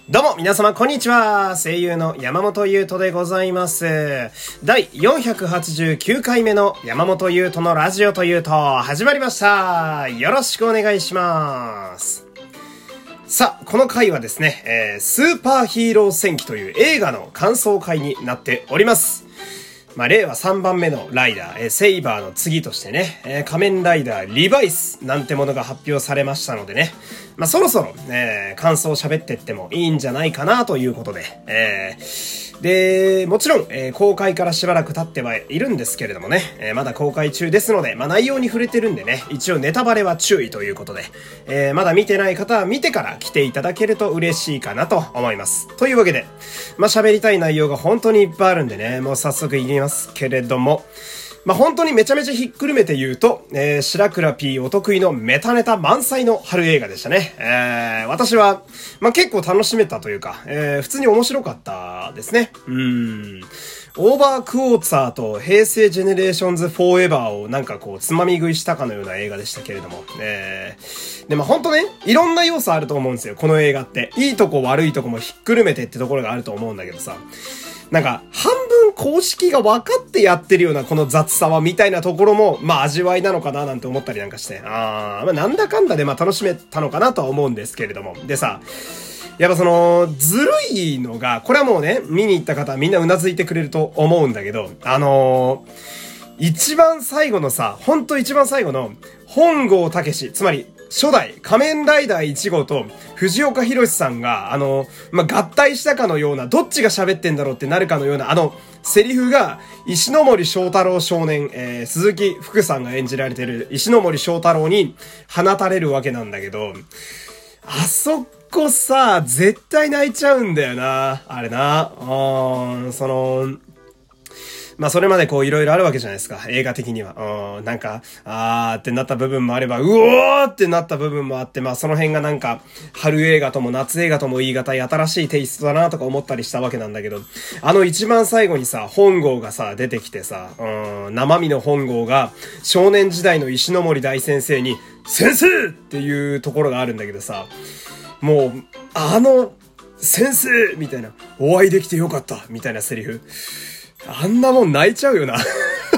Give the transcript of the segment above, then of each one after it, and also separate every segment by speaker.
Speaker 1: どうも皆様こんにちは。声優の山本優斗でございます。第489回目の山本優斗のラジオというと始まりました。よろしくお願いします。さあ、この回はですね、スーパーヒーロー戦記という映画の感想会になっております。令和3番目のライダー、セイバーの次としてね、仮面ライダーリバイスなんてものが発表されましたのでね、そろそろ、感想を喋ってってもいいんじゃないかなということで、で、もちろん、公開からしばらく経ってはいるんですけれどもね、まだ公開中ですので、内容に触れてるんでね、一応ネタバレは注意ということで、まだ見てない方は見てから来ていただけると嬉しいかなと思います。というわけで、喋りたい内容が本当にいっぱいあるんでね、もう早速言いますけれども、本当にめちゃめちゃひっくるめて言うと、白倉 P お得意のメタネタ満載の春映画でしたね。私は、結構楽しめたというか、普通に面白かったですね。オーバークォーツァーと平成ジェネレーションズフォーエバーをなんかつまみ食いしたかのような映画でしたけれども。で、本当ね、いろんな要素あると思うんですよ、この映画って。いいとこ悪いとこもひっくるめてってところがあると思うんだけどさ。なんか、半分公式が分かってやってるようなこの雑さはみたいなところも、味わいなのかななんて思ったりなんかして。なんだかんだで楽しめたのかなとは思うんですけれども。でさ、やっぱずるいのが、これはもうね、見に行った方はみんな頷いてくれると思うんだけど、一番最後のさ、ほんと一番最後の、本郷武史、つまり、初代仮面ライダー1号と藤岡弘さんが、合体したかのような、どっちが喋ってんだろうってなるかのような、セリフが、石ノ森章太郎少年、鈴木福さんが演じられてる石ノ森章太郎に放たれるわけなんだけど、あそこさ、絶対泣いちゃうんだよな。あれな。それまでいろいろあるわけじゃないですか。映画的には。なんか、ってなった部分もあれば、うおーってなった部分もあって、その辺がなんか、春映画とも夏映画とも言い難い新しいテイストだなとか思ったりしたわけなんだけど、一番最後にさ、本郷がさ、出てきてさ、生身の本郷が、少年時代の石ノ森大先生に、先生っていうところがあるんだけどさ、もう、先生みたいな、お会いできてよかったみたいなセリフ。あんなもん泣いちゃうよな。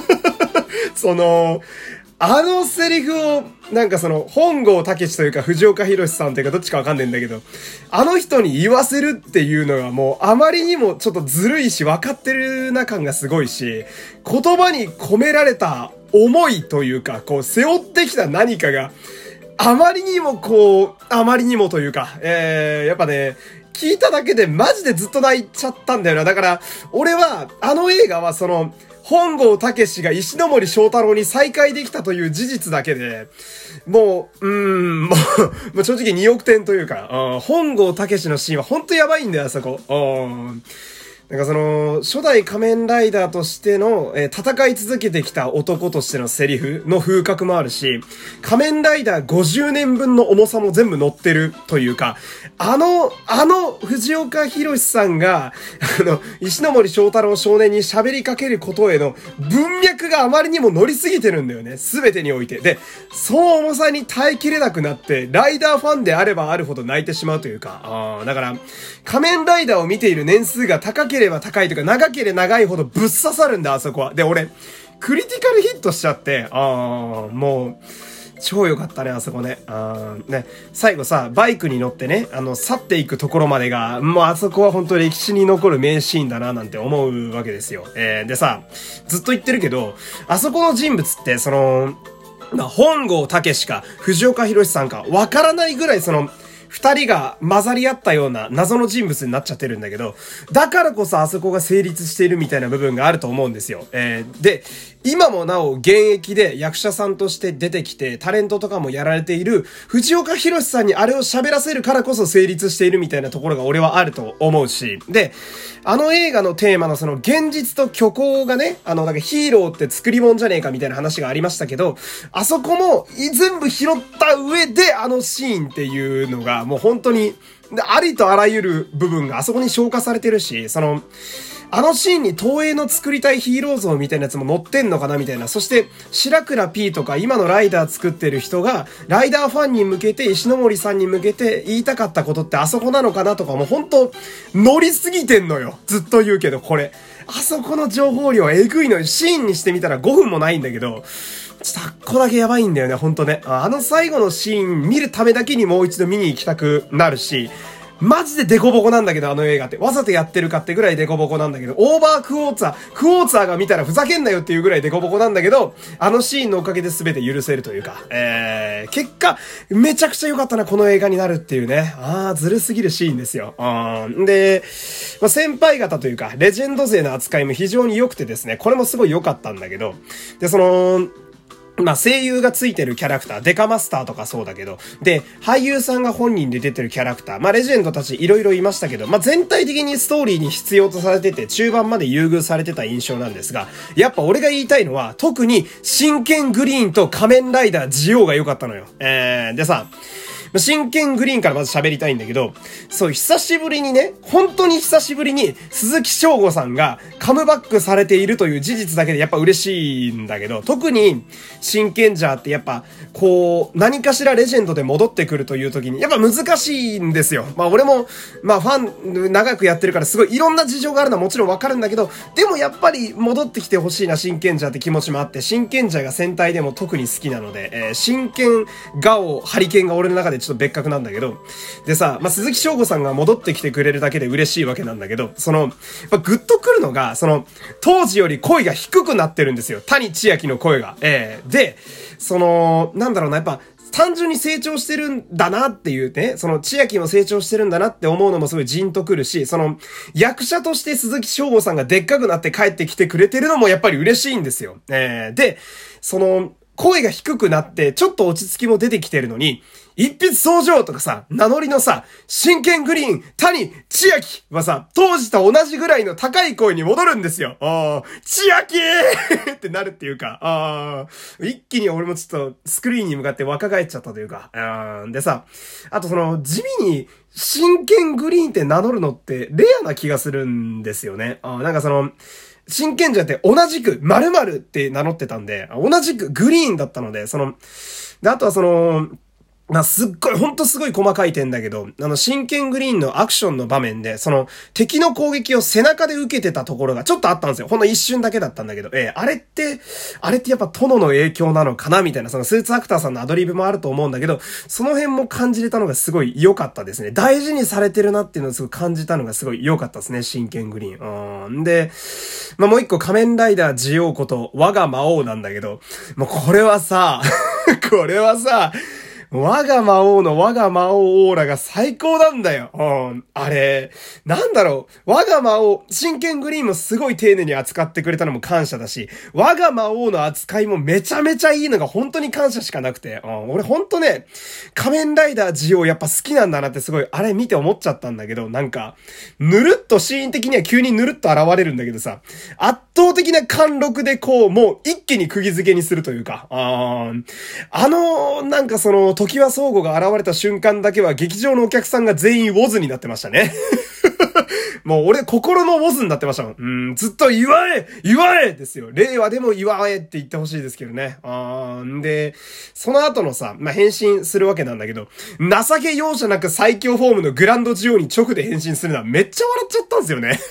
Speaker 1: セリフを、本郷武史というか藤岡弘さんというかどっちかわかんないんだけど、あの人に言わせるっていうのがもうあまりにもちょっとずるいし分かってるな感がすごいし、言葉に込められた思いというか、背負ってきた何かが、あまりにもというか、やっぱね、聞いただけでマジでずっと泣いちゃったんだよな。だから、俺は、映画は本郷武史が石ノ森章太郎に再会できたという事実だけで、もう正直2億点というか、本郷武史のシーンはほんとやばいんだよ、あそこ。初代仮面ライダーとしての、戦い続けてきた男としてのセリフの風格もあるし、仮面ライダー50年分の重さも全部乗ってるというか、藤岡弘さんが、石ノ森章太郎少年に喋りかけることへの文脈があまりにも乗りすぎてるんだよね。すべてにおいて。で、その重さに耐えきれなくなって、ライダーファンであればあるほど泣いてしまうというか、だから、仮面ライダーを見ている年数が高ければ高いというか、長ければ長いほどぶっ刺さるんだ、あそこは。で、俺、クリティカルヒットしちゃって、もう、超良かったね、あそこね。ね、最後さ、バイクに乗ってね、去っていくところまでが、もうあそこは本当に歴史に残る名シーンだな、なんて思うわけですよ。でさ、ずっと言ってるけど、あそこの人物って、本郷武史か、藤岡弘さんか、わからないぐらい二人が混ざり合ったような謎の人物になっちゃってるんだけど、だからこそあそこが成立しているみたいな部分があると思うんですよ。で、今もなお現役で役者さんとして出てきてタレントとかもやられている藤岡弘さんにあれを喋らせるからこそ成立しているみたいなところが俺はあると思うし、で、映画のテーマの現実と虚構がね、なんかヒーローって作り物じゃねえかみたいな話がありましたけど、あそこも全部拾った上でシーンっていうのがもう本当にありとあらゆる部分があそこに消化されてるし、 あのシーンに東映の作りたいヒーロー像みたいなやつも載ってんのかなみたいな。そして、白倉 P とか今のライダー作ってる人が、ライダーファンに向けて、石ノ森さんに向けて言いたかったことってあそこなのかなとかもう本当乗りすぎてんのよ。ずっと言うけど、これ。あそこの情報量えぐいのよ。シーンにしてみたら5分もないんだけど、ちょっとあっこだけやばいんだよね、ほんとね。あの最後のシーン見るためだけにもう一度見に行きたくなるし、マジでデコボコなんだけど、あの映画って。わざとやってるかってぐらいデコボコなんだけど、オーバークォーツァーが見たらふざけんなよっていうぐらいデコボコなんだけど、あのシーンのおかげで全て許せるというか、結果、めちゃくちゃ良かったな、この映画になるっていうね。ずるすぎるシーンですよ。で、先輩方というか、レジェンド勢の扱いも非常に良くてですね、これもすごい良かったんだけど、で、声優がついてるキャラクター、デカマスターとかそうだけど、で、俳優さんが本人で出てるキャラクター、レジェンドたちいろいろいましたけど、全体的にストーリーに必要とされてて、中盤まで優遇されてた印象なんですが、やっぱ俺が言いたいのは、特に真剣グリーンと仮面ライダージオウが良かったのよ。でさ、真剣グリーンからまず喋りたいんだけど、そう、久しぶりにね、本当に久しぶりに鈴木翔吾さんがカムバックされているという事実だけでやっぱ嬉しいんだけど、特に真剣ジャーってやっぱ、何かしらレジェンドで戻ってくるという時に、やっぱ難しいんですよ。俺も、ファン長くやってるからすごいいろんな事情があるのはもちろんわかるんだけど、でもやっぱり戻ってきてほしいな、真剣ジャーって気持ちもあって、真剣ジャーが戦隊でも特に好きなので、真剣ガオ、ハリケンが俺の中でちょっと別格なんだけど、でさ、鈴木翔吾さんが戻ってきてくれるだけで嬉しいわけなんだけど、グッとくるのが、当時より声が低くなってるんですよ。谷千秋の声が。で、やっぱ、単純に成長してるんだなっていうね、千秋も成長してるんだなって思うのもすごいジンとくるし、役者として鈴木翔吾さんがでっかくなって帰ってきてくれてるのもやっぱり嬉しいんですよ。で、声が低くなって、ちょっと落ち着きも出てきてるのに、一筆相乗とかさ、名乗りのさ、真剣グリーン、谷千秋はさ、当時と同じぐらいの高い声に戻るんですよ。千秋ってなるっていうか、一気に俺もちょっとスクリーンに向かって若返っちゃったというか、でさ、あと地味に真剣グリーンって名乗るのってレアな気がするんですよね。真剣じゃって同じく〇〇って名乗ってたんで、同じくグリーンだったので、で、あとはすっごい、ほんとすごい細かい点だけど、真剣グリーンのアクションの場面で、敵の攻撃を背中で受けてたところがちょっとあったんですよ。ほんの一瞬だけだったんだけど、あれってやっぱ殿の影響なのかなみたいな、スーツアクターさんのアドリブもあると思うんだけど、その辺も感じれたのがすごい良かったですね。大事にされてるなっていうのをすごい感じたのがすごい良かったですね、真剣グリーン。で、もう一個仮面ライダージオウこと我が魔王なんだけど、もうこれはさ、我が魔王の我が魔王オーラが最高なんだよ。あれ、我が魔王、真剣グリーンもすごい丁寧に扱ってくれたのも感謝だし、我が魔王の扱いもめちゃめちゃいいのが本当に感謝しかなくて、俺本当ね、仮面ライダージオウやっぱ好きなんだなってすごい、あれ見て思っちゃったんだけど、ぬるっとシーン的には急にぬるっと現れるんだけどさ、圧倒的な貫禄でもう一気に釘付けにするというか、時は相互が現れた瞬間だけは劇場のお客さんが全員ウォズになってましたね。もう俺心のウォズになってましたもん。ずっと言われですよ。令和でも言われって言ってほしいですけどね。で、その後のさ、変身するわけなんだけど、情け容赦なく最強フォームのグランドジオに直で変身するのはめっちゃ笑っちゃったんですよね。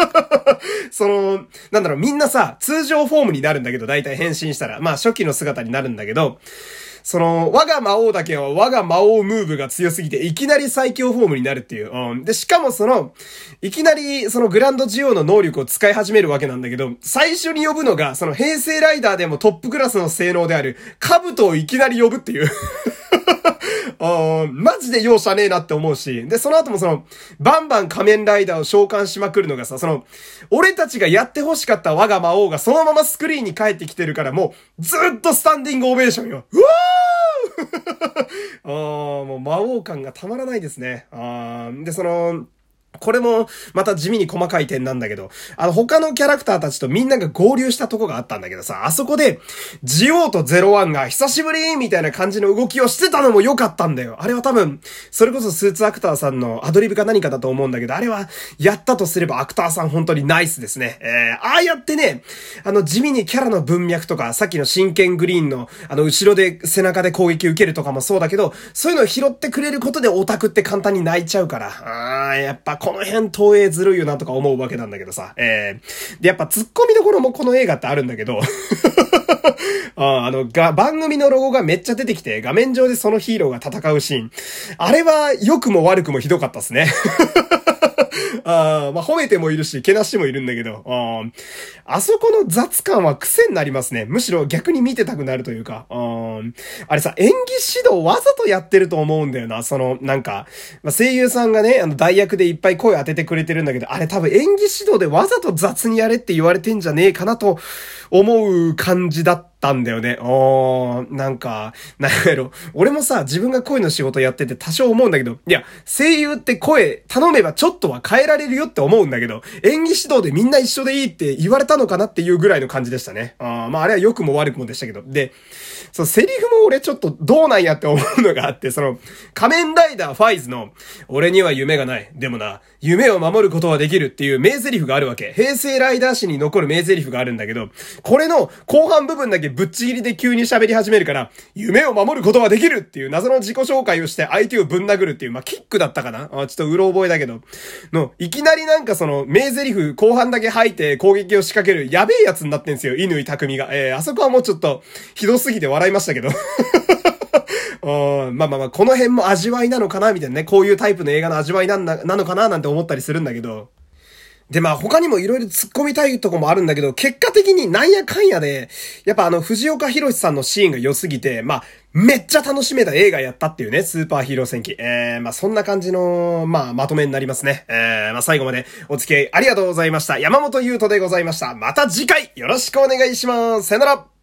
Speaker 1: みんなさ、通常フォームになるんだけど、だいたい変身したら、初期の姿になるんだけど、我が魔王だけは我が魔王ムーブが強すぎて、いきなり最強フォームになるっていう。で、しかもいきなりグランドジオウの能力を使い始めるわけなんだけど、最初に呼ぶのが、平成ライダーでもトップクラスの性能である、兜をいきなり呼ぶっていう。マジで容赦ねえなって思うし、で、その後もバンバン仮面ライダーを召喚しまくるのがさ、俺たちがやって欲しかった我が魔王がそのままスクリーンに帰ってきてるから、もう、ずっとスタンディングオベーションよ。うわーもう魔王感がたまらないですね。で、 これも、また地味に細かい点なんだけど、他のキャラクターたちとみんなが合流したとこがあったんだけどさ、あそこで、ジオウとゼロワンが久しぶりみたいな感じの動きをしてたのも良かったんだよ。あれは多分、それこそスーツアクターさんのアドリブか何かだと思うんだけど、あれは、やったとすればアクターさん本当にナイスですね。ああやってね、地味にキャラの文脈とか、さっきの真剣グリーンの、後ろで背中で攻撃受けるとかもそうだけど、そういうのを拾ってくれることでオタクって簡単に泣いちゃうから、やっぱこの辺東映ずるいよなとか思うわけなんだけどさ。で、やっぱ突っ込みどころもこの映画ってあるんだけど、番組のロゴがめっちゃ出てきて、画面上でそのヒーローが戦うシーン。あれは良くも悪くもひどかったっすね。褒めてもいるし、けなしてもいるんだけど、あそこの雑感は癖になりますね。むしろ逆に見てたくなるというか、あれさ、演技指導わざとやってると思うんだよな。声優さんがね、代役でいっぱい声当ててくれてるんだけど、あれ多分演技指導でわざと雑にやれって言われてんじゃねえかなと思う感じだったんだよね。なんやろ。俺もさ、自分が声の仕事やってて多少思うんだけど、いや、声優って声頼めばちょっとは変えられるよって思うんだけど、演技指導でみんな一緒でいいって言われたのかなっていうぐらいの感じでしたね。あれは良くも悪くもでしたけど。で、セリフも俺ちょっとどうなんやって思うのがあって、仮面ライダーファイズの、俺には夢がない。でもな、夢を守ることはできるっていう名台詞があるわけ。平成ライダー史に残る名台詞があるんだけど、これの後半部分だけぶっちぎりで急に喋り始めるから、夢を守ることはできるっていう謎の自己紹介をして相手をぶん殴るっていう、キックだったかな、ちょっとうろ覚えだけど、いきなり名台詞後半だけ吐いて攻撃を仕掛けるやべえやつになってんすよ、乾匠が。あそこはもうちょっとひどすぎて笑いましたけど。この辺も味わいなのかなみたいなね、こういうタイプの映画の味わいなのかななんて思ったりするんだけど。で、他にもいろいろ突っ込みたいとこもあるんだけど、結果的になんやかんやで、やっぱ藤岡弘さんのシーンが良すぎて、めっちゃ楽しめた映画やったっていうね、スーパーヒーロー戦記。そんな感じの、まとめになりますね。最後までお付き合いありがとうございました。山本優斗でございました。また次回よろしくお願いします。さよなら。